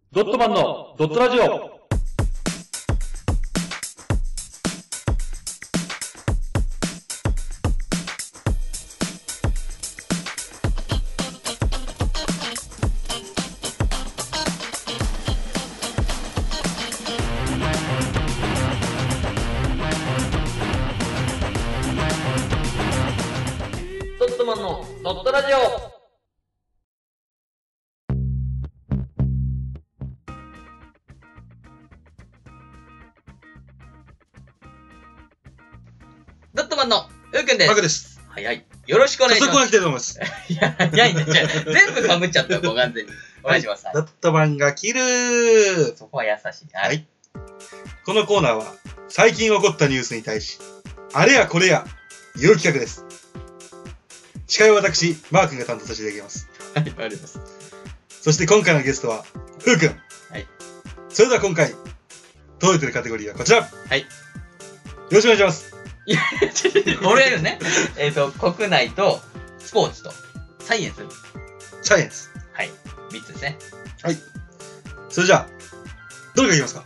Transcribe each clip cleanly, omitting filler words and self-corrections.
ドットマンのドットラジオ。 ドットマンのドットラジオ。ドットマンのうーくんです。 マクです。 早い。よろしくお願いします。 早速行きたいと思います。 いや、早いんだ。じゃあ全部被っちゃったよ、もう完全に。お願いします。 ドットマンが切る。 そこは優しい。 はい。このコーナーは、最近起こったニュースに対し、あれやこれや、言う企画です。司会は私、マー君が担当させていただきます。 はい、ありがとうございます。 そして今回のゲストは、ふうくん。 はい。 それでは今回、届いてるカテゴリーはこちら。 はい。 よろしくお願いします。 いや、俺やるね。国内と、スポーツと、サイエンス。 サイエンス。 はい。3つですね。 はい。それじゃあ、どれからいきますか？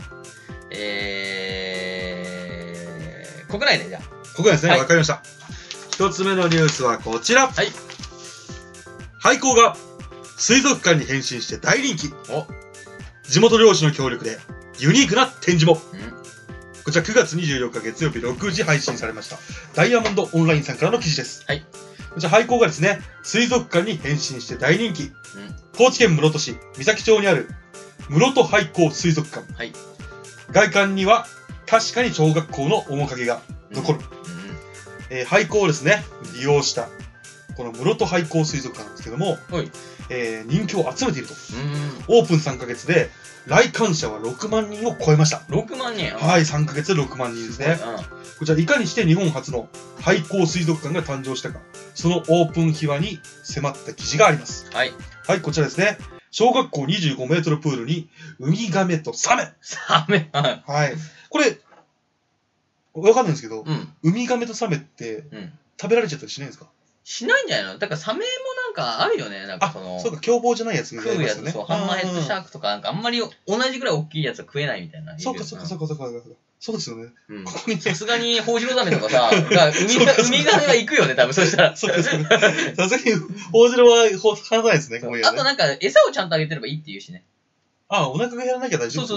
国内でじゃあ。 国内ですね。 はいわかりました。一つ目のニュースはこちら。 はい。 廃校が水族館に変身して大人気。 お。 地元漁師の協力でユニークな展示も。 うん。 こちら9月24日月曜日6時配信されましたダイヤモンドオンラインさんからの記事です。 はい。 こちら廃校がですね、水族館に変身して大人気。 うん。 高知県室戸市三崎町にある室戸廃校水族館。 はい。 外観には確かに小学校の面影が残る。廃校をですね、利用したこの室戸廃校水族館なんですけども、 はい。 人気を集めていると。 うん。 オープン3ヶ月で来館者は6万人を超えました。 6万人。 はい、3ヶ月で6万人ですね。こちらいかにして日本初の廃校水族館が誕生したか、そのオープン秘話に迫った記事があります。 はい。 はい、こちらですね。小学校25メートルプールにウミガメとサメ。 サメ。 はい。これ、わかんないんですけど、 うん。 ウミガメとサメってうん。 食べられちゃったりしないんですか？ しないんじゃないの？だからサメもなんかあるよね。なんかそうか、凶暴じゃないやつが食うやつ、 いますよね。 そう、ハンマーヘッドシャークとか、なんかあんまり同じぐらい大きいやつは食えないみたいな。 そうか、そうか、そうか、そうか。そうですよね。 うん。 ここにね、 さすがにホウジロザメとかさ、ウミガメは行くよね、多分、そしたら。 そうか、そうか。さすがに、ホウジロは話さないですね、こういうのね。 あとなんか、餌をちゃんとあげてればいいって言うしね。 お腹が減らなきゃ大丈夫。 そう。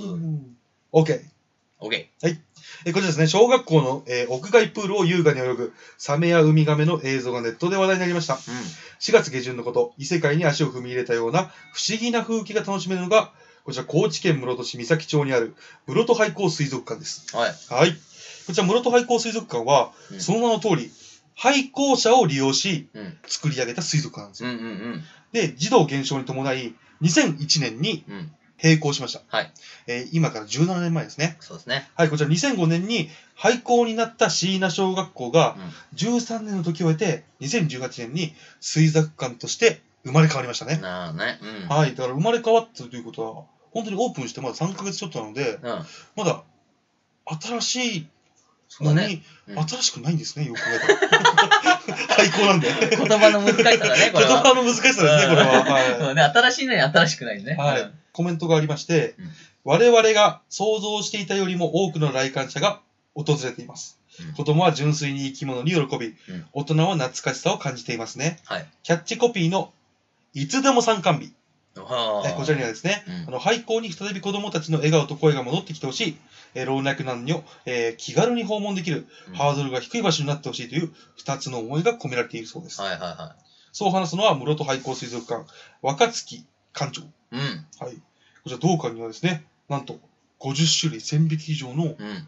OK。 オッケこちらですね、小学校の、屋外プールを優雅に泳ぐサメやウミガメの映像がネットで話題になりました。 ー。 4月下旬のこと、異世界に足を踏み入れたような不思議な風景が楽しめるのが、こちら高知県室戸市三崎町にある室戸廃校水族館です。 うん。はい。 はい。こちら室戸廃校水族館は、 うんその名の通り、廃校舎を利用し、 うん。 作り上げた水族館なんですよ。 うん。 で、児童減少に伴い、2001年にうん。 閉校しました。 はい。 今から17年前ですね。 そうですね。 はい、こちら2005年に廃校になった椎名小学校が13年の時を経て2018年に水族館として生まれ変わりましたね。 なあね。うん。 はい、だから生まれ変わったということは本当にオープンしてまだ3ヶ月ちょっとなので、 うん。 まだ新しいそうだね。 のに、 うん新しくないんですね、よく考えたら。廃校なんで。 言葉の難しさだね、これは。 言葉の難しさですね、これは。 そうね、新しいのに新しくないね。 はい。コメントがありまして、 うん我々が想像していたよりも多くの来館者が訪れています。 うん子供は純粋に生き物に喜び、 うん大人は懐かしさを感じていますね。 はい。 キャッチコピーのいつでも参観日。 はあ。 こちらにはですね、 うん廃校に再び子供たちの笑顔と声が戻ってきてほしい、老若男女、気軽に訪問できる、 うんハードルが低い場所になってほしいという2つの思いが込められているそうです。 はいはそう話すのは室戸廃校水族館若月館長。 いはい。うん。 はい。こちら同館にはですね、なんと50種類1000匹以上のうん。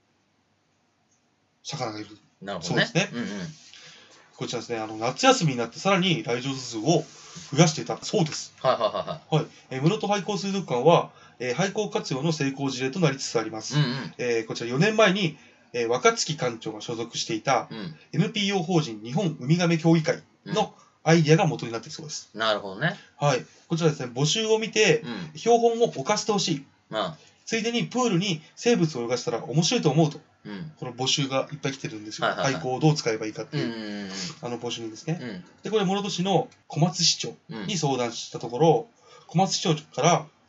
魚がいる。 なるほどね。 そうですね。 うんうん。 こちらですね、夏休みになってさらに来場者数を増やしていたそうです。 はいはいははい。室戸廃校水族館は、廃校活用の成功事例となりつつあります。 い。うんこちら4年前に、若月館長が所属していたうん。うん。 NPO 法人日本ウミガメ協議会のアイディアが元になっているそうです。 なるほどね。 はい。こちらですね、募集を見て、 うん。 標本を置かせてほしい。 まあ。 ついでにプールに生物を泳がせたら面白いと思うと。 うん。 この募集がいっぱい来てるんですよ。 はいはいはい廃校をどう使えばいいかってうんいう、募集にですね。 うん。 で、これ、室戸市の小松市長うん。 に相談したところ、小松市長から、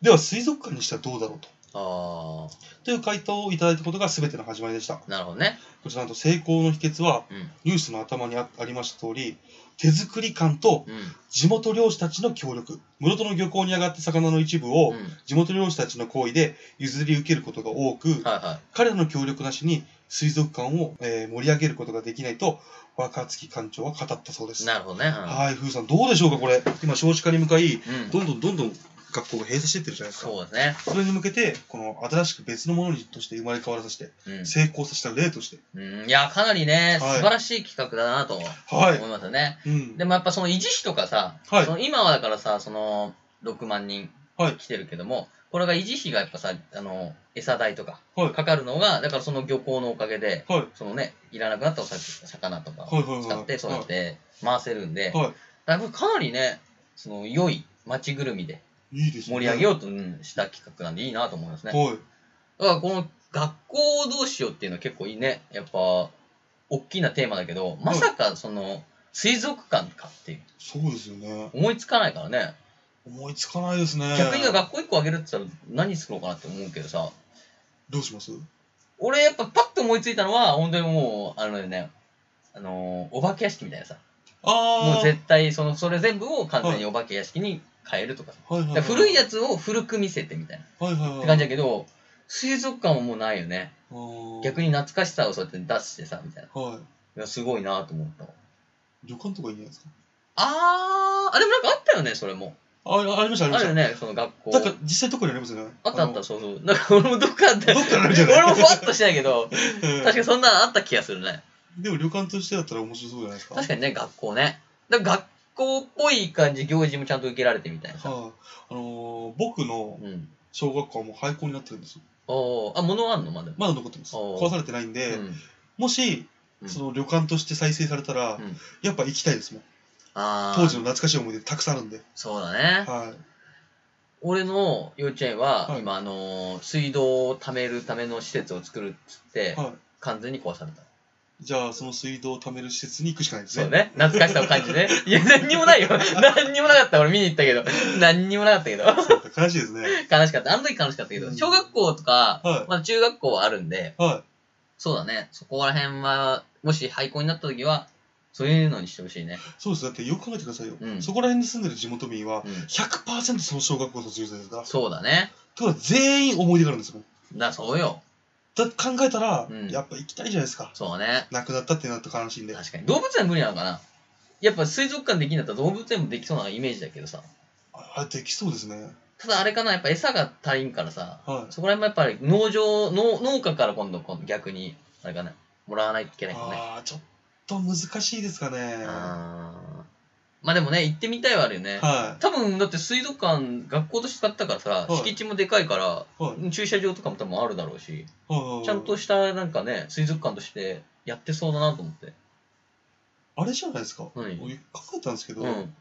では水族館にしてはどうだろうと。 あという回答をいただいたことが全ての始まりでした。 あ、なるほどね。 こちらなんと成功の秘訣は、 うん。 ニュースの頭にありました通り、手作り感とうん。 地元漁師たちの協力、室戸の漁港に上がった魚の一部をうん。 地元漁師たちの行為で譲り受けることが多く、 はいは彼らの協力なしに水族館を、盛り上げることができないと若槻館長は語ったそうでい。 す。 なるほどね。 はい、ふうさんどうでしょうかこれ。今少子化に向かい、 うん。 どんどん学校が閉鎖していってるじゃないですか。 そうですね。 それに向けて、この新しく別のものとして生まれ変わらさせて、 うん。 成功させた例として。 うん、いや、かなりね、 はい素晴らしい企画だなとはい。 思いますよね。 うん。 でもやっぱその維持費とかさ、 はいその今はだからさ、その6万人はい来てるけども、これが維持費がやっぱさ、餌代とかはい。 かかるのが、だからその漁港のおかげで、 はい。 そのね、いらなくなった魚とかはい。はい。 使って、そうやって回せるんで、 はだからかなりね、その良い街ぐるみでい。いいですね。 盛り上げようとした企画なんでいいなと思いますね。 はい。 だからこの学校をどうしようっていうのは結構いいね。やっぱ、大きなテーマだけど、まさかその、水族館かっていう。 そうですよね。 思いつかないからね。 思いつかないですね。 逆に学校1個あげるって言ったら何作ろうかなって思うけどさ。 どうします俺やっぱパッと思いついたのは、本当にもう、お化け屋敷みたいなさ。もう絶対それ全部を完全にお化け屋敷に変えるとかさ。 はいはいはい。 だから古いやつを古く見せてみたいな。 はいはいはい。 って感じだけど、水族館はもうないよね。逆に。 に懐かしさをそうやって出してさ、みたいな。 はい。 いや、すごいなと思ったわ。 旅館とかいいんじゃないですか。 でもなんかあったよね、それも。 ありました、ありました。 あるよね、その学校。 なんか実際どこにありますよね。 あったあった、そうそう。なんか俺もどっかあった。 どっかあるんじゃない俺もふわっとしてないけど、 うん確かにそんなのあった気がするね。 でも旅館としてだったら面白そうじゃないですか。 確かにね、学校ね。だから学校っぽい感じ、行事もちゃんと受けられてみたいなさ。 はい。僕のうん。 小学校はもう廃校になってるんですよ。 物あんのまだ。 まだ残ってます。 おー壊されてないんで、 うん。 もし、 うんその旅館として再生されたら、 うんやっぱ行きたいですもん。 あ当時の懐かしい思い出たくさんあるんで。 そうだね。 はい。 俺の幼稚園は、 はい今、水道を貯めるための施設を作るっつって、 はい。 完全に壊された。 じゃあ、その水道を貯める施設に行くしかないですね。 そうね。懐かしさを感じてね。いや、何にもないよ。何にもなかった。俺見に行ったけど。何にもなかったけど。 そうか悲しいですね。 悲しかった。あの時悲しかったけど、 うん小学校とか、 はいまだ中学校はあるんで、 はそうだね。そこら辺は、もし廃校になった時は、そういうのにしてほしいね。 い。そうです。だってよく考えてくださいよ。 うんそこら辺に住んでる地元民は、 うん 100% その小学校卒業生ですから。 そうだね。 ということは全員思い出があるんですよ。 そうよ。 だって考えたら、 うんやっぱ行きたいじゃないですか。 そうね。 亡くなったってなったら悲しいんで。 確かに。動物園無理なのかな。やっぱ水族館できんだったら動物園もできそうなイメージだけどさ。 あ、できそうですね。 ただあれかな、やっぱ餌が足りんからさ、 はい。 そこら辺もやっぱり農家から今度逆に、あれかな、もらわないといけないかもね。 ああ、ちょっと難しいですかね。 まあでもね、行ってみたいはあるよね。 は多分、だって水族館、学校として使ったからさ、 い敷地もでかいから、 い。はい。 駐車場とかも多分あるだろうし、 はい。 ちゃんとしたなんかね、水族館としてやってそうだなと思って。 あれじゃないですか。 何俺考えたんですけど、 うん。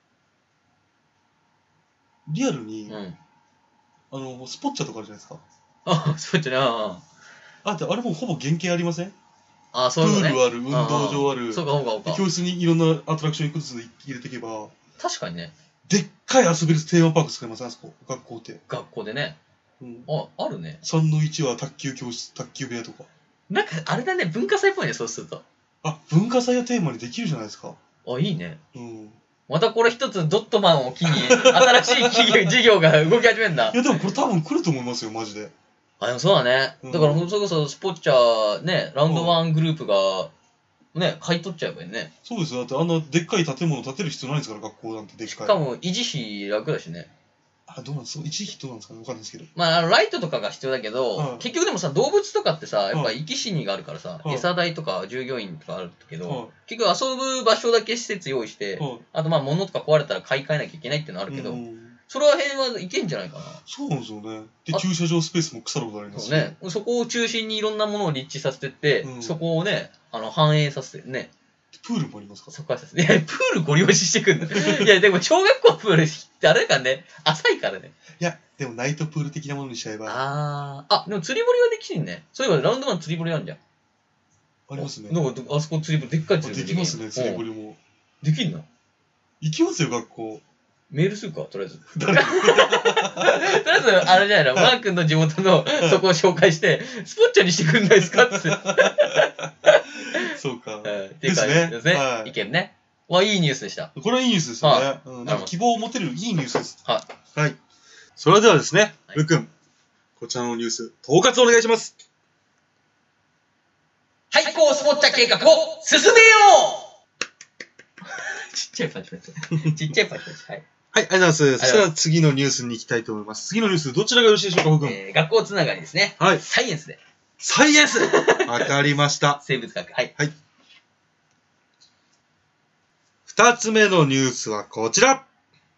リアルに、 うん。 スポッチャとかあるじゃないですか。 あ、そうじゃな。 あ、であれもほぼ原型ありません？ あ、 プそういうのね。 ールある、運動場ある。 そうか、そうか、そうか。 教室にいろんなアトラクションいくつ入れていけば、 確かにね、 でっかい遊べるテーマパーク使いますあそこ、学校って。 学校でね。 うん。 あるね。 3の1は卓球教室、卓球部屋とか。 なんか、あれだね、文化祭っぽいね、そうすると。 あ、文化祭をテーマにできるじゃないですか。 あ、いいね。 うん。 またこれ一つドットマンを機に、新しい事業が動き始めるんだい。や、でもこれ多分来ると思いますよ、マジで。 あ、でもそうだね。 うんだから、それこそスポッチャー、ね、ラウンドワングループが、ね、買い取っちゃえばいいね。 そうですよ。だってあんなでっかい建物建てる必要ないんですから、学校なんてでっかい。 しかも、維持費楽だしね。 あ、どうなんですか一時期どうなんですかねわかんないですけど。 まあ、ライトとかが必要だけど、 はい結局でもさ、動物とかってさ、やっぱは生き死にがあるからさ、 はい餌代とか従業員とかあるけど、 はい結局遊ぶ場所だけ施設用意して、 はいあとまあ物とか壊れたら買い替えなきゃいけないっていうのあるけど、 うんそれは辺はいけんじゃないかな。 そうなんですよね。で、 あ駐車場スペースも腐ることありますし。 そうね。そこを中心にいろんなものを立地させてって、 うんそこをね、反映させてね、 プールもありますかそこはさせて。いや、プールご利用ししてくんの。いや、でも小学校プールってあれだからね、浅いからね。 いや、でもナイトプール的なものにしちゃえば、 でも釣り堀はできてんね。そういえばラウンドワン釣り堀あるじゃん。 ありますね。 なんか、あそこ釣り堀、でっかいあ釣り堀できますね、釣りうん堀も。 できんの行きますよ、学校。 メールするか、とりあえず。 誰とりあず、あれじゃないの、マー君の地元のそこを紹介して、スポッチャにしてくんないですかって。 そうか。 っていう感じですね。意見ね。いいニュースでした。 これはいいニュースですよね。なんか希望を持てるいいニュースです。はい。それではですね、ふうくん、こちらのニュース、統括お願いします。 廃校スポッチャ計画を進めようちっちゃいパチパチ。ちっちゃいパチパチ。はい。 はい、ありがとうございます。そしたら次のニュースに行きたいと思います。次のニュース、どちらがよろしいでしょうか、ふうくん。 学校つながりですね。はい。サイエンスで。 サイエンスわかりました。 生物学。はい。 はい。二つ目のニュースはこちら。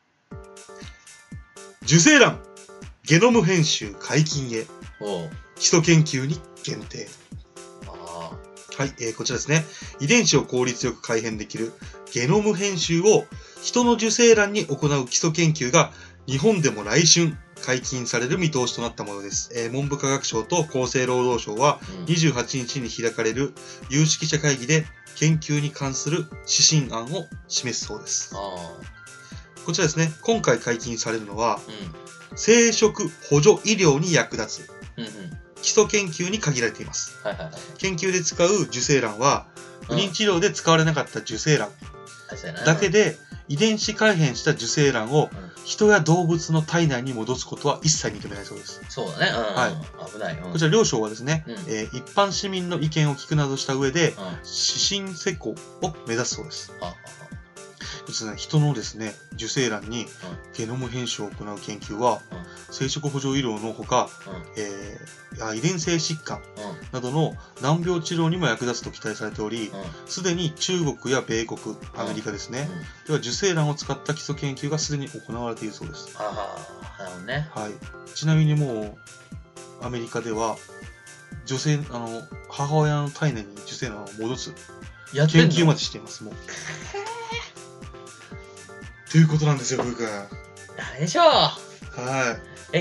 受精卵、ゲノム編集解禁へ。基礎研究に限定。はい、こちらですね。遺伝子を効率よく改変できるゲノム編集を人の受精卵に行う基礎研究が日本でも来春解禁される見通しとなったものです。文部科学省と厚生労働省は28日に開かれる有識者会議で研究に関する指針案を示すそうです。こちらですね、今回解禁されるのは、生殖補助医療に役立つ基礎研究に限られています。研究で使う受精卵は、不妊治療で使われなかった受精卵だけで遺伝子改変した受精卵を人や動物の体内に戻すことは一切認めないそうです。 そうだね。はい。危ない。 こちら両省はですね、一般市民の意見を聞くなどした上で、指針施行を目指すそうです。人のですね、受精卵にゲノム編集を行う研究は、生殖補助医療のほか、遺伝性疾患などの難病治療にも役立つと期待されており、すでに中国や米国、アメリカですね、では受精卵を使った基礎研究がすでに行われているそうです。 なるほどね。 はい。ちなみにもう、アメリカでは、母親の体内に受精卵を戻す研究までしています、もう。ということなんですよ、ふうくん。 ダメでしょう。 はい。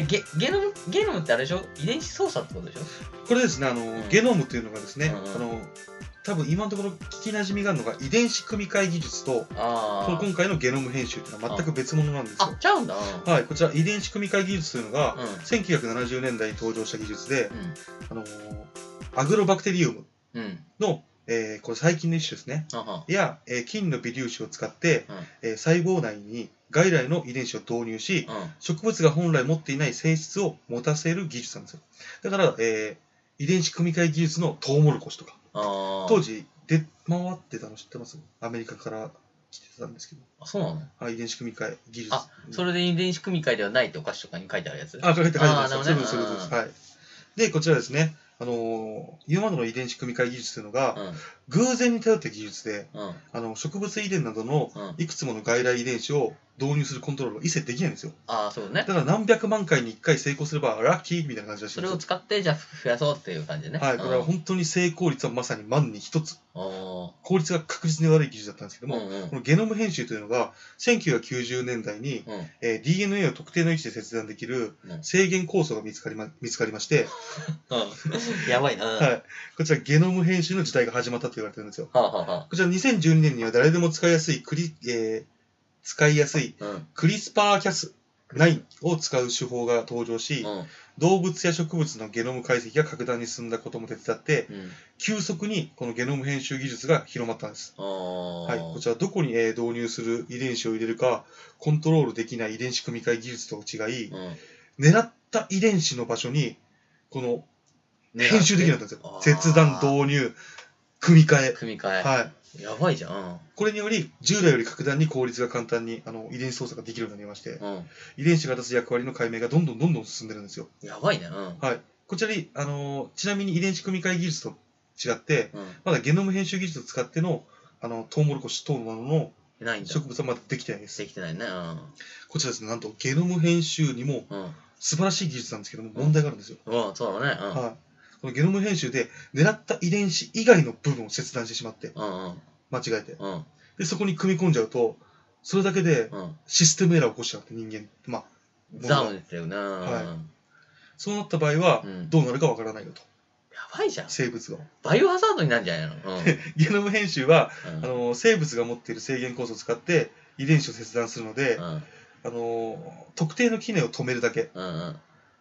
ゲノムってあれでしょ？遺伝子操作ってことでしょ？ これですね、ゲノムっていうのがですね、多分今のところ聞き馴染みがあるのが遺伝子組み換え技術と、この今回のゲノム編集っていうのは全く別物なんですよ。 ちゃうんだ。 はい、こちら遺伝子組み換え技術というのが、1970年代に登場した技術で、アグロバクテリウムの、これ細菌の一種ですね。や、菌の微粒子を使って、細胞内に外来の遺伝子を導入し、植物が本来持っていない性質を持たせる技術なんですよ。だから、遺伝子組み換え技術のトウモロコシとか、当時出回ってたの知ってます？アメリカから来てたんですけど。 そうなの？ はい、遺伝子組み換え技術。 それで遺伝子組み換えではないってお菓子とかに書いてあるやつ？ 書いてあります。そうです。はい。で、こちらですね。今までの遺伝子組み換え技術というのが、偶然に頼った技術で、植物遺伝などのいくつもの外来遺伝子を導入するコントロールは一切できないんですよ。 そうね。 だから何百万回に1回成功すればラッキーみたいな感じらしいんですよ。 それを使ってじゃあ増やそうっていう感じね。 はい、これは本当に成功率はまさに万に一つ。効率が確実に悪い技術だったんですけども、このゲノム編集というのが1990年代に、DNA を特定の位置で切断できる制限酵素が見つかりまして、 やばいな。 はい。こちらゲノム編集の時代が始まったと言われてるんですよ。こちら2012年には誰でも使いやすいクリスパーキャス9を使う手法が登場し、動物や植物のゲノム解析が格段に進んだことも手伝って、急速にこのゲノム編集技術が広まったんです。はい、こちらどこに導入する遺伝子を入れるかコントロールできない遺伝子組み換え技術と違い、狙った遺伝子の場所にこの編集できなかったんですよ。切断、導入、組み換え。はい。 やばいじゃん。 これにより、従来より格段に効率が簡単に遺伝子操作ができるようになりまして、遺伝子が出す役割の解明がどんどん進んでるんですよ。 やばいね。 はい。こちらに、ちなみに遺伝子組み換え技術と違って、まだゲノム編集技術を使っての、トウモロコシ等の植物はまだできてないです。 できてないね。 こちらですね、なんとゲノム編集にも素晴らしい技術なんですけども、問題があるんですよ。 そうだね。 はい。このゲノム編集で狙った遺伝子以外の部分を切断してしまって、間違えて、でそこに組み込んじゃうと、それだけでシステムエラーを起こしちゃうって人間、 ザムですよね。 はい。そうなった場合はどうなるかわからないよと。 やばいじゃん。 生物が。 バイオハザードになるんじゃないの？ ゲノム編集は生物が持っている制限酵素を使って遺伝子を切断するので、特定の機能を止めるだけ。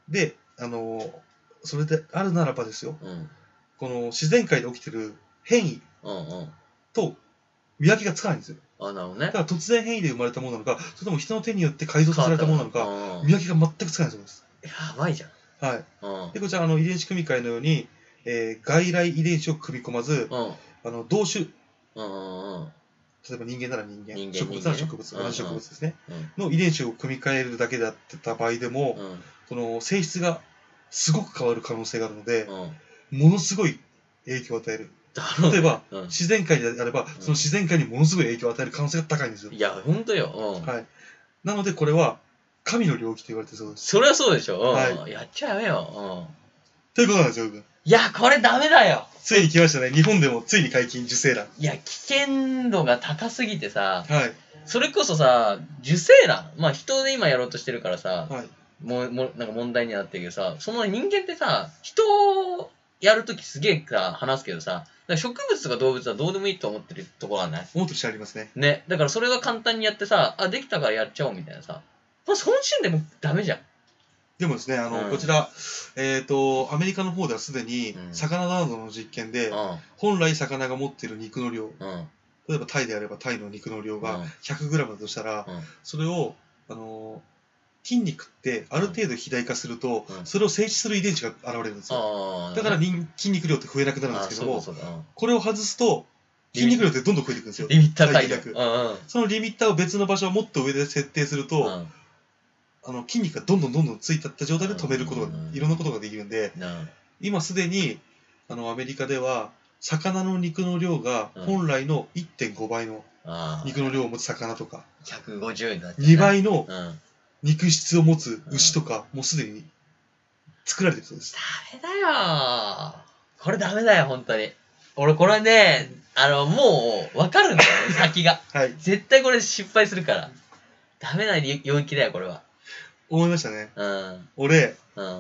で、それであるならばですよ、この自然界で起きてる変異と見分けがつかないんですよ。 なるほどね。 だから突然変異で生まれたものなのか、それとも人の手によって改造されたものなのか、見分けが全くつかないそうです。 やばいじゃん。 はい。で、こちら遺伝子組み換えのように、外来遺伝子を組み込まず、同種、例えば人間なら人間、植物なら植物、同じ植物ですね、の遺伝子を組み換えるだけであってた場合でも、この性質がすごく変わる可能性があるので、ものすごい影響を与える。例えば、自然界であれば、その自然界にものすごい影響を与える可能性が高いんですよ。 いや、ほんとよ。 はい。なので、これは、神の領域と言われてそうです。 それはそうでしょ。はい。やっちゃダメよ。 ということなんですよ、僕。 いや、これダメだよ。 ついに来ましたね。日本でもついに解禁、受精卵。 いや、危険度が高すぎてさ、 はい。 それこそさ、受精卵、まあ人で今やろうとしてるからさ、 はい。 なんか問題になってるけどさ、その人間ってさ、人をやるときすげえ話すけどさ、植物とか動物はどうでもいいと思ってるところはない？ 思ってる人ありますね。 ね。だからそれが簡単にやってさ、できたからやっちゃおうみたいなさ。まあ、その時点でもうダメじゃん。 でもですね、こちら、アメリカの方ではすでに、魚などの実験で、本来魚が持っている肉の量、例えばタイであればタイの肉の量が 100g だとしたら、それを、筋肉ってある程度肥大化すると、それを静止する遺伝子が現れるんですよ。だから筋肉量って増えなくなるんですけども、これを外すと、筋肉量ってどんどん増えていくんですよ。 リミッター解除。 そのリミッターを別の場所をもっと上で設定すると、筋肉がどんどんついたった状態で止めることが、いろんなことができるんで、今すでに、アメリカでは、魚の肉の量が本来の 1.5 倍の肉の量を持つ魚とか、 150になっちゃう、 2倍の肉質を持つ牛とか、もうすでに作られてるそうです。 ダメだよ。これダメだよ、本当に。俺、これね、もう、わかるんだよね、先が。はい。絶対これ失敗するから。ダメな領域だよ、これは。 思いましたね。俺、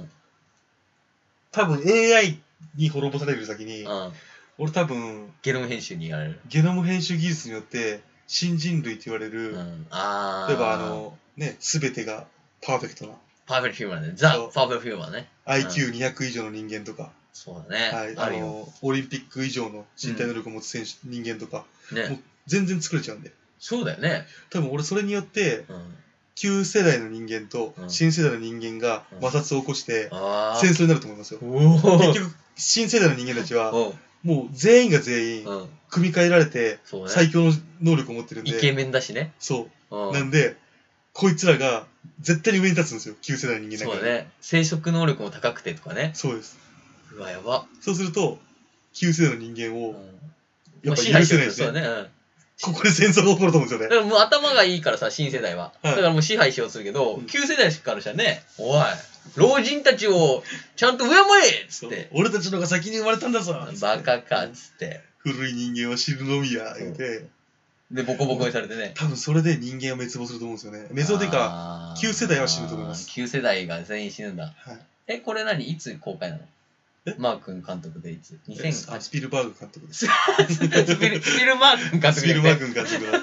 多分 AI に滅ぼされる先に、俺多分、 ゲノム編集にやられる。 ゲノム編集技術によって、新人類と言われる、例えばすべてがパーフェクトな。 パーフェクトヒューマンね。ザ・パーフェクトヒューマンね。 IQ200 以上の人間とか。 そうだね。 はい。オリンピック以上の身体能力を持つ人間とか。もう全然作れちゃうんで。 そうだよね。 多分俺それによって、旧世代の人間と新世代の人間が摩擦を起こして、戦争になると思いますよ。結局、新世代の人間たちは、もう全員が全員、組み替えられて、最強の能力を持ってるんで。 イケメンだしね。 そう。なんで、こいつらが絶対に上に立つんですよ、旧世代の人間だから。 そうだね。生殖能力も高くてとかね。 そうです。 うわ、やば。 そうすると、旧世代の人間を、やっぱ許せないですね。ここで戦争が起こると思うんですよね。 だからもう頭がいいからさ、新世代は。だからもう支配しようとするけど、旧世代からしたらね、おい、老人たちをちゃんと敬えっつって。 俺たちのが先に生まれたんだぞバカかっつって。 古い人間は知るのみや、言うて。 で、ボコボコにされてね。 多分それで人間は滅亡すると思うんですよね。滅亡というか、旧世代は死ぬと思います。 旧世代が全員死ぬんだ。はい。これ何いつ公開なの？マー君監督でいつ ?2008 スピルバーグ監督です。 スピルマー君監督。 スピルマー君監督だ。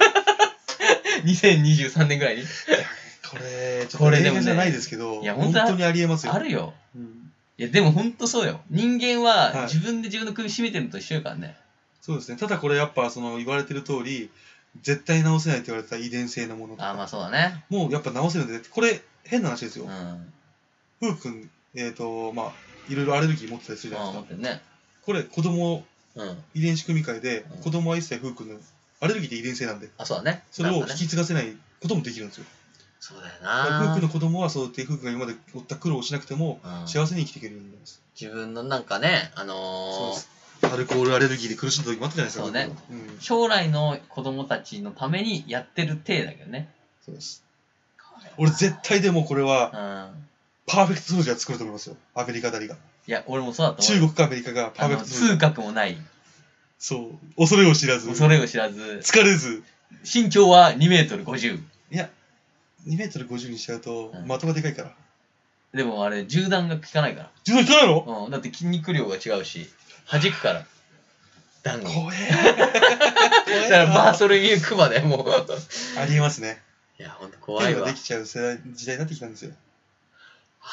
2023年ぐらいに。 これ、ちょっと映画じゃないですけど、本当にありえますよ。 あるよ。いや、でも本当そうよ。人間は自分で自分の首絞めてるのと一緒やからね。 そうですね。ただこれやっぱ言われてる通り、絶対治せないって言われた遺伝性のものとか。 まあそうだね。 もうやっぱ治せるんで、これ変な話ですよ。ふうくん、まあ、いろいろアレルギー持ってたりするじゃないですか。ね、これ子供、遺伝子組み換えで、子供は一切ふうくんのアレルギーって遺伝性なんで。 そうだね。 それを引き継がせないこともできるんですよ。 そうだよな。 ふうくんの子供はそうやってふうくんが今まで負った苦労をしなくても、幸せに生きていけるようになります。 自分のなんかね、 そうです。アルコールアレルギーで苦しんだ時もあったじゃないですか。 そうね。将来の子供たちのためにやってる体だけどね。 そうです。俺絶対でもこれは、パーフェクトソルジャー作ると思いますよ。アメリカあたりが。 いや、俺もそうだと思う。 中国かアメリカがパーフェクトソルジャー。 痛覚もない。 そう。恐れを知らず。 恐れを知らず。 疲れず。 身長は2メートル50。 いや、2メートル50にしちゃうと、的がでかいから。 でもあれ、銃弾が効かないから。 銃弾効かないの？ だって筋肉量が違うし、弾くから。弾が。 怖え。 だからバーソルミュークマでもう。 ありえますね。 いや、ほんと怖いわ。 できちゃう時代になってきたんですよ。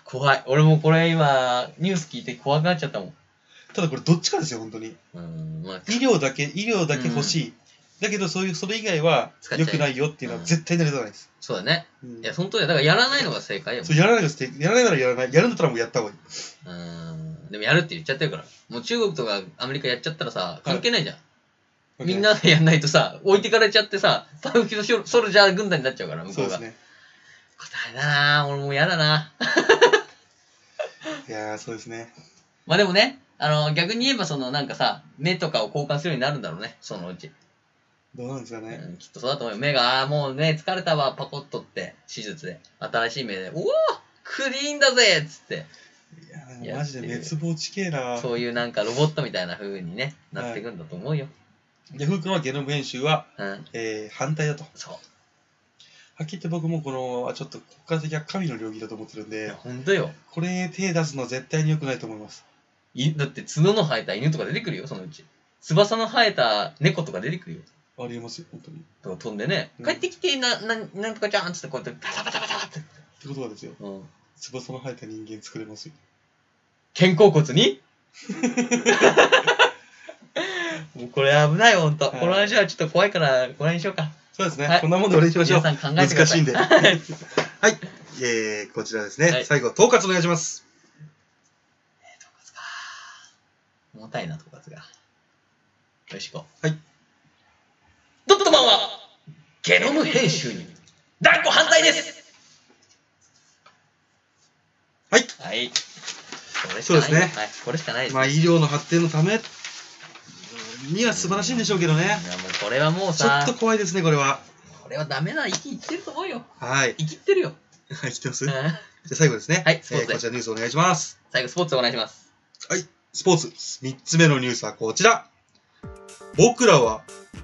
怖い。俺もこれ今、ニュース聞いて怖くなっちゃったもん。 ただこれどっちかですよ、本当に。 まあ、 医療だけ欲しい。だけど、それ以外は良くないよっていうのは絶対になりたくないです。 そうだね。いや、本当だよ。だからやらないのが正解よ。 そう、やらないならやらない。やるんだったらもうやった方がいい。 でもやるって言っちゃってるから。もう中国とかアメリカやっちゃったらさ、関係ないじゃん。みんなでやんないとさ、置いてかれちゃってさ、パウキのソルジャー軍団になっちゃうから、向こうが。そうですね。答えだなぁ。俺もうやだな。 いやー、そうですね。 まあでもね、逆に言えばなんかさ、目とかを交換するようになるんだろうね、そのうち。 どうなんですかね。 きっとそうだと思うよ。目が、もう目疲れたわ、パコッとって、手術で。新しい目で、うわクリーンだぜっつって。 いや、マジで滅亡地形な。 そういうなんかロボットみたいな風にね、なっていくんだと思うよ。 で、ふうくんはゲノム編集は、反対だと。 そう。 はっきり言って僕もちょっとここから先は神の領域だと思ってるんで。 ほんとよ。 これ手出すの絶対に良くないと思います。 だって角の生えた犬とか出てくるよ、そのうち。翼の生えた猫とか出てくるよ。 ありえますよ、本当に。 とか飛んでね、帰ってきて、なんとかちゃんっつってこうやってパタパタパタって。 ってことはですよ。翼の生えた人間作れますよ。 肩甲骨にもうこれ危ないよ、ほんと。この話はちょっと怖いから、これにしようか。 そうですね。こんなもんでお願いしましょう。 皆さん考えてください。 難しいんで。はい。こちらですね。最後、統括お願いします。 統括か。重たいな、統括が。よし、行こう。はい。 ドットマンは、ゲノム編集に、断固反対です。 はい。 はい。 そうですね。 はい。これしかないです。 まあ、医療の発展のためには素晴らしいんでしょうけどね。 いや、もうこれはもうさ。 ちょっと怖いですね、これは。 これはダメな息いってると思うよ。 はい。 生きってるよ。 生きてます。じゃあ最後ですね。 はい、スポーツで。 こちらニュースお願いします。 最後、スポーツお願いします。 はい、スポーツ。3つ目のニュースはこちら。僕らは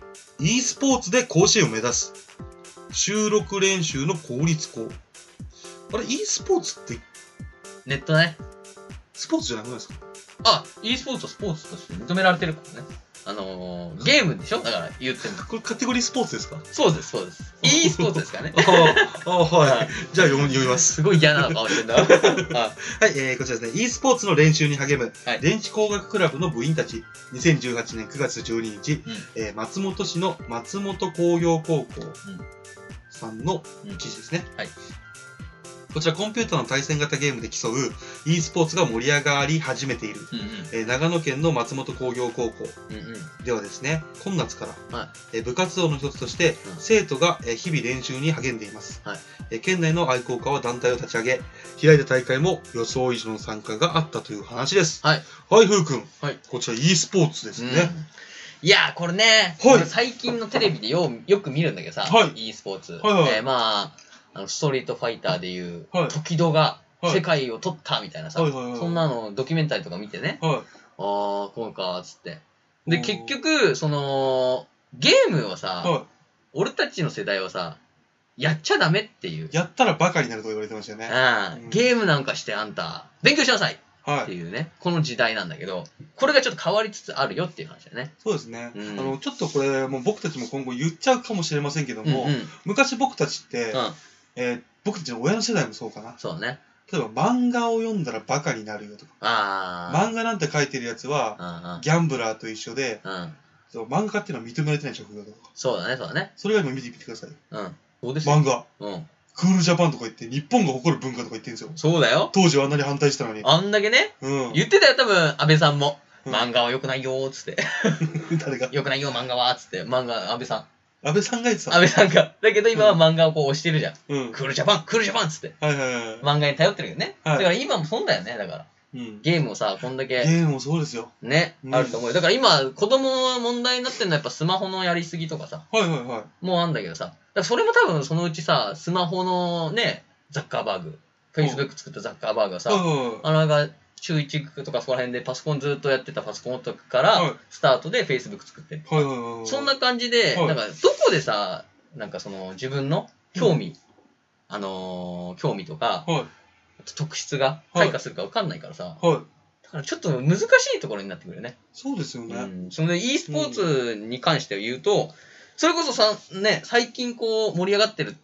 e スポーツで甲子園を目指す。収録練習の効率化。あれ、e スポーツってネットね。 スポーツじゃなくないですか？ あ、e スポーツはスポーツとして認められてるからね。ゲームでしょ？だから言っても。 これカテゴリースポーツですか？ そうです、そうです。e スポーツですからね。 はい。じゃあ読みます。 すごい嫌な顔してんだ。はい、 こちらですね。e スポーツの練習に励む、電池工学クラブの部員たち、2018年9月12日、松本市の松本工業高校さんの記事ですね。はい。こちらコンピューターの対戦型ゲームで競う e スポーツが盛り上がり始めている、長野県の松本工業高校ではですね、今夏から、部活動の一つとして生徒が日々練習に励んでいます。県内の愛好家は団体を立ち上げ、開いた大会も予想以上の参加があったという話です。はい、ふうくん。こちら e スポーツですね。 いやこれね、最近のテレビでよく見るんだけどさ、e スポーツ。まあ、ストリートファイターでいう、時戸が世界を取ったみたいなさ、そんなのドキュメンタリーとか見てね、ああ、こうか、つって。で、結局、ゲームはさ、俺たちの世代はさ、やっちゃダメっていう。 やったらバカになると言われてましたよね。 ゲームなんかしてあんた、勉強しなさいっていうね、この時代なんだけど、これがちょっと変わりつつあるよっていう話だよね。 そうですね。ちょっとこれ、もう僕たちも今後言っちゃうかもしれませんけども、昔僕たちって、僕たちの親の世代もそうかな。 そうね。 例えば漫画を読んだらバカになるよとか。漫画なんて書いてるやつは、ギャンブラーと一緒で、漫画家っていうのは認められてない職業だとか。そうだね、そうだね。それが今見てみてください。そうですよ。漫画。クールジャパンとか言って、日本が誇る文化とか言ってるんですよ。そうだよ。当時はあんなに反対したのに。あんだけね。言ってたよ、多分、安倍さんも。漫画は良くないよーっつって。誰が良くないよ、漫画はっつって。安倍さん。安倍さんが言ってた。安倍さんが。だけど今は漫画をこう押してるじゃん。クールジャパン、クールジャパンっつって。漫画に頼ってるよね。だから今もそうだよね、だから。ゲームをさ、こんだけ。ゲームもそうですよ。ね。あると思うよ。だから今、子供は問題になってるのはやっぱスマホのやりすぎとかさ。もうあんだけどさ。だからそれも多分そのうちさ、スマホのね、ザッカーバーグ。Facebook 作ったザッカーバーグがさ、が中1とかそこら辺でパソコンずっとやってたパソコンとかからスタートで Facebook 作ってる。そんな感じで、なんかどこでさ、なんか自分の興味、興味とか、特質が開花するか分かんないからさ、だからちょっと難しいところになってくるよね。そうですよね。その e スポーツに関して言うと、それこそさ、ね、最近こう盛り上がってる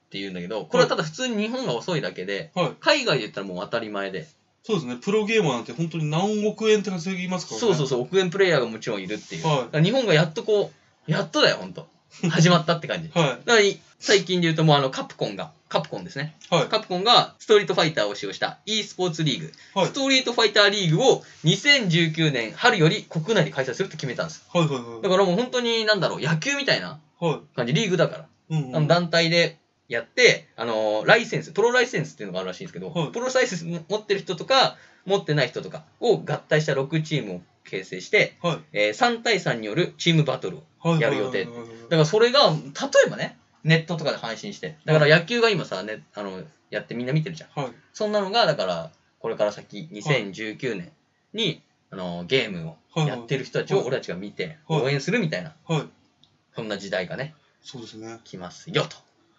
っていうんだけど、これはただ普通に日本が遅いだけで、 はい。 海外で言ったらもう当たり前で。 そうですね。プロゲーマーなんて本当に何億円って稼ぎますからね。 そう、億円プレイヤーがもちろんいるっていう。 はいだから日本がやっとやっとだよ、ほんと。始まったって感じ。 はい。 だから最近で言うともうカプコンですね。 はい。 カプコンがストリートファイターを使用した e スポーツリーグ、 はいストリートファイターリーグを2019年春より国内で開催するって決めたんです。 はいはいはい。 だからもう本当に野球みたいなは感じ、リーグだから。 い。うん、うん。 団体でやって、ライセンス、プロライセンスっていうのがあるらしいんですけど、 はいプロライセンス持ってる人とか、持ってない人とかを合体した6チームを形成して、 はい。 3対3によるチームバトルをはい。 やる予定。 はいはいはいはいだからそれが、例えばね、ネットとかで配信して、だから野球が今さ、ね、やってみんな見てるじゃん。 はい。 そんなのが、だから、これから先、2019年に、ゲームをやってる人たちを俺たちが見て、 はい応援するみたいな、 はい。 そんな時代がね、 そうですね。 来ますよと。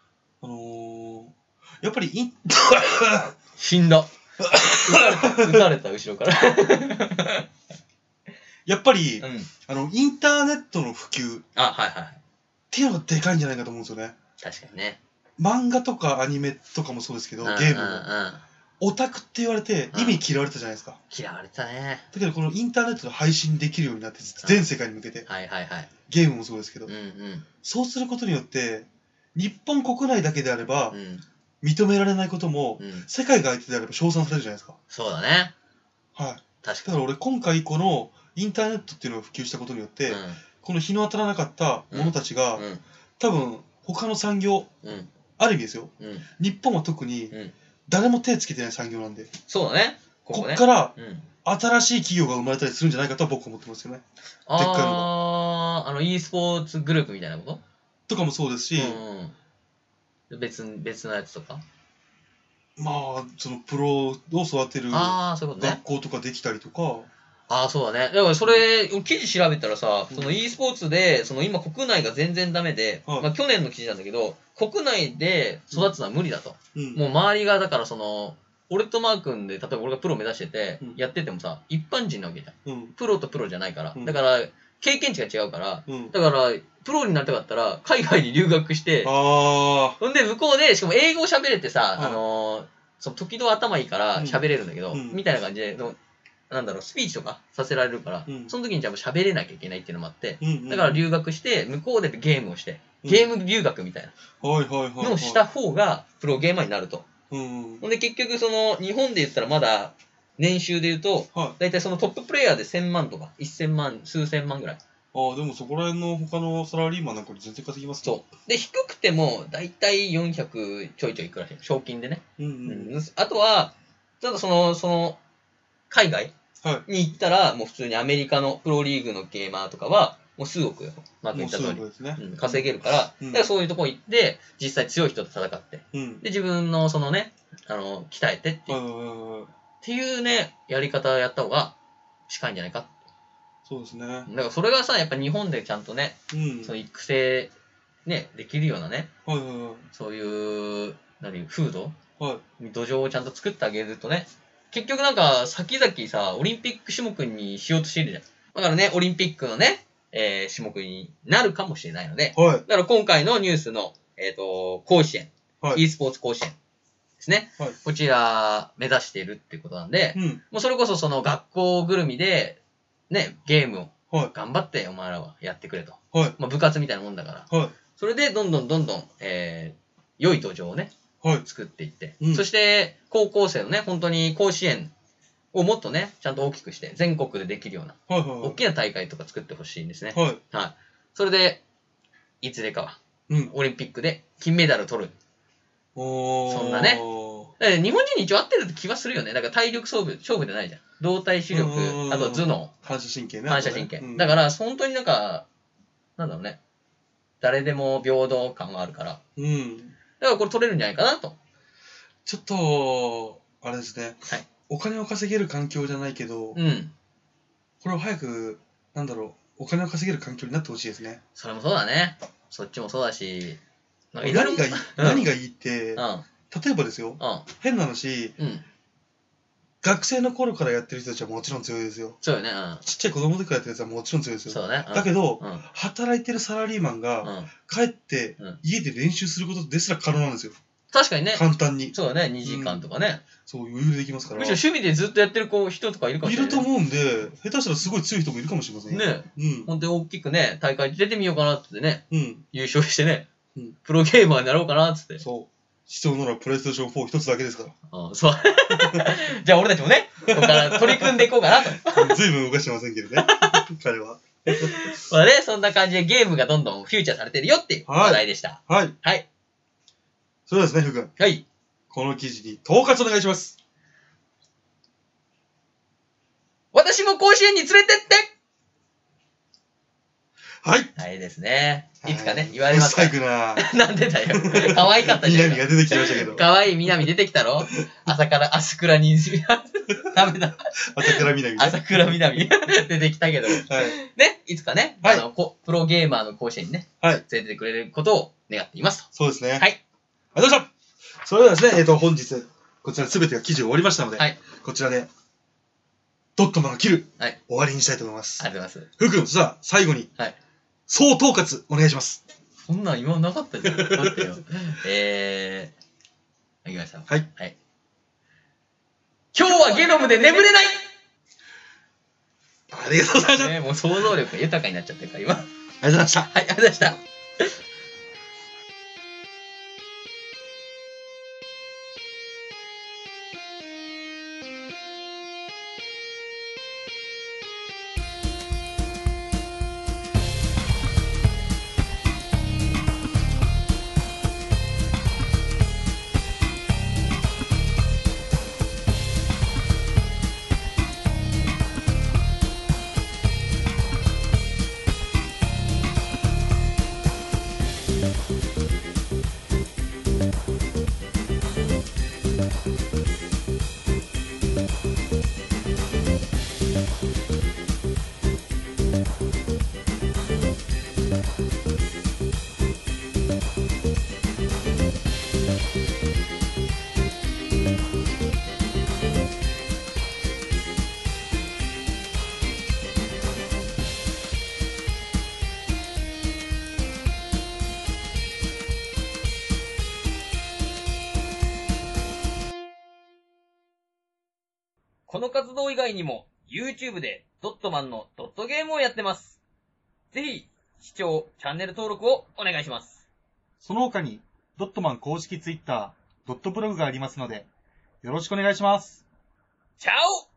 やっぱり死んだ。撃たれた、後ろから。 やっぱりう、ん。 インターネットの普及っあ、はいはい。 ていうのがでかいんじゃないかと思うんですよね。 確かにね。 漫画とかアニメとかもそうですけど、ゲームも。オタクって言われて意味嫌われたじゃないですか。 嫌われたね。 だけどこのインターネットで配信できるようになって、全世界に向けて、 はいはいはい。 ゲームもそうですけど、 うんうん。 そうすることによって、日本国内だけであればうん。 認められないことも、 うん。 世界が相手であれば称賛されるじゃないですか。 そうだね。 はい。 確かに。 だから俺今回このインターネットっていうのが普及したことによって、この日の当たらなかった者たちが、 うん。 多分他の産業、 うん。 ある意味ですよ。 うん。 日本は特にうん。 誰も手つけてない産業なんで、 そうだね。 こね。 っからうん。 新しい企業が生まれたりするんじゃないかとは僕は思ってますよね。でっかいのが。 e スポーツグループみたいなこととかもそうですし、 うん。別のやつとかまあ、そのプロを育てるああ、そういうことね学。校とかできたりとか、 ああ、そうだね。だからそれ、記事調べたらさ、 うんその e スポーツで、今国内が全然ダメで、 はいまあ去年の記事なんだけど、国内で育つのは無理だと。 うん。 もう周りが、だから俺とマー君で、例えば俺がプロ目指しててうん、 やっててもさ、一般人なわけじゃん。 うん。 プロとプロじゃないから。 うんだから、経験値が違うから、 うん。 だから、プロになりたかったら、海外に留学して、 あほんで、向こうで、しかも英語を喋れてさ、 はい時々頭いいから喋れるんだけど、 うんみたいな感じで、スピーチとかさせられるから、 うんその時にじゃあもう喋れなきゃいけないっていうのもあって、 ー。うん。 だから留学して、向こうでゲームをして、 うんゲーム留学みたいはいはいはいはい。 なのをした方が、プロゲーマーになると。 うん。 ほんで、結局、日本で言ったらまだ、年収で言うと、 はい。 だいたいそのトッププレイヤーで1000万とか、1000万、数千万ぐらい。 ああ、でもそこら辺の他のサラリーマンなんかより全然稼ぎますね。 そう。で、低くても、だいたい400ちょいちょいいくらしい。賞金でね。 う。うんうん。 あとは、ただ海外はい。 に行ったら、もう普通にアメリカのプロリーグのゲーマーとかは、もう数億よ。マークもうす言った通り。 ぐですね。 稼げるから、 うんだからそういうとこ行って、実際強い人と戦って、 うん。 で、自分の鍛えてっていう、 はいはいはいはい。 っていうね、やり方やった方が近いんじゃないか。 そうですね。 だからそれがさ、やっぱ日本でちゃんとね、 うん。 その育成、ね、できるようなね、 はいはいはい。 そういう、風土はい。 土壌をちゃんと作ってあげるとね、結局先々さ、オリンピック種目にしようとしてるじゃん。だからね、オリンピックのね、種目になるかもしれないので、 はい。 だから今回のニュースの、甲子園、 はい。 e スポーツ甲子園ですね。 はいこちら、目指しているっていうことなんで、 うん。 もうそれこそ学校ぐるみで、ね、ゲームをはい。 頑張ってお前らはやってくれと。 はい。 まあ部活みたいなもんだから。 はい。 それでどんどん、良い土壌をね、 はい。 作っていって、 うんそして高校生のね、本当に甲子園をもっとね、ちゃんと大きくして、全国でできるような、 はいはいはい。 大きな大会とか作ってほしいんですね。 はい。 はい。それで、いずれかは、 うん。 オリンピックで金メダルを取る。 おー。 そんなねだから日本人に一応合ってるって気はするよね。だから体力勝負じゃないじゃん。動体視力、あと頭脳、 反射神経ね。 反射神経。 うんだから、本当になんだろうね。誰でも平等感があるから。 うん。 だからこれ取れるんじゃないかなと。 ちょっと、あれですね。 はい。 お金を稼げる環境じゃないけど、 うん。 これを早く、お金を稼げる環境になってほしいですね。 それもそうだね。そっちもそうだし。 何がいい、何がいいって、 うん。 例えばですよ、 うん。 変な話、 うん。 学生の頃からやってる人たちはもちろん強いですよ。 そうよね。うん。 ちっちゃい子供の時からやってるやつはもちろん強いですよ。 そうね。 だけど、働いてるサラリーマンが、帰って、家で練習することですら可能なんですよ。 確かにね。 簡単に。 そうだね。2時間とかね。 そう、余裕でできますから。 むしろ趣味でずっとやってる人とかいるかもしれない。 いると思うんで、下手したらすごい強い人もいるかもしれませんね。本当に大きくね、大会出てみようかなってね。優勝してね。プロゲーマーになろうかなって。 そう。必要ならプレイステーション4一つだけですから。 そう。じゃあ俺たちもね、ここから取り組んでいこうかなと。 随分動かしてませんけどね。彼は。 まあね、そんな感じでゲームがどんどんフューチャーされてるよっていう話題でした。 はい。 はい。 それではですね、ふうくん。 はい。 この記事に統括お願いします。 私も甲子園に連れてってはい。 はいですね。いつかね、言われますから。 うるさいくな。なんでだよ。可愛かったじゃん。 南が出てきてましたけど。 可愛い南出てきたろ朝倉に、ダメだ。 朝倉南、ね。 朝倉南出てきたけど。はい。ね、いつかね、はい、プロゲーマーの甲子園にね、はい。連れてってくれることを願っていますと。 そうですね。 はい。 ありがとうございました。それではですね、本日、こちら全てが記事終わりましたので、はい。こちらで、ドットマンが切る。はい。終わりにしたいと思います。 ありがとうございます。 ふうくん、さあ、最後に。はい。総統括、お願いします。 そんなん今なかったじゃん。待ってよ。いきました。はい。はい。今日はゲノムで眠れないありがとうございました。 もう想像力が豊かになっちゃってるから、今。 ありがとうございました。はい、 ありがとうございました。この活動以外にも YouTube でドットマンのドットゲームをやってます。ぜひ視聴、チャンネル登録をお願いします。 その他にドットマン公式 Twitter、ドットブログがありますのでよろしくお願いします。 チャオ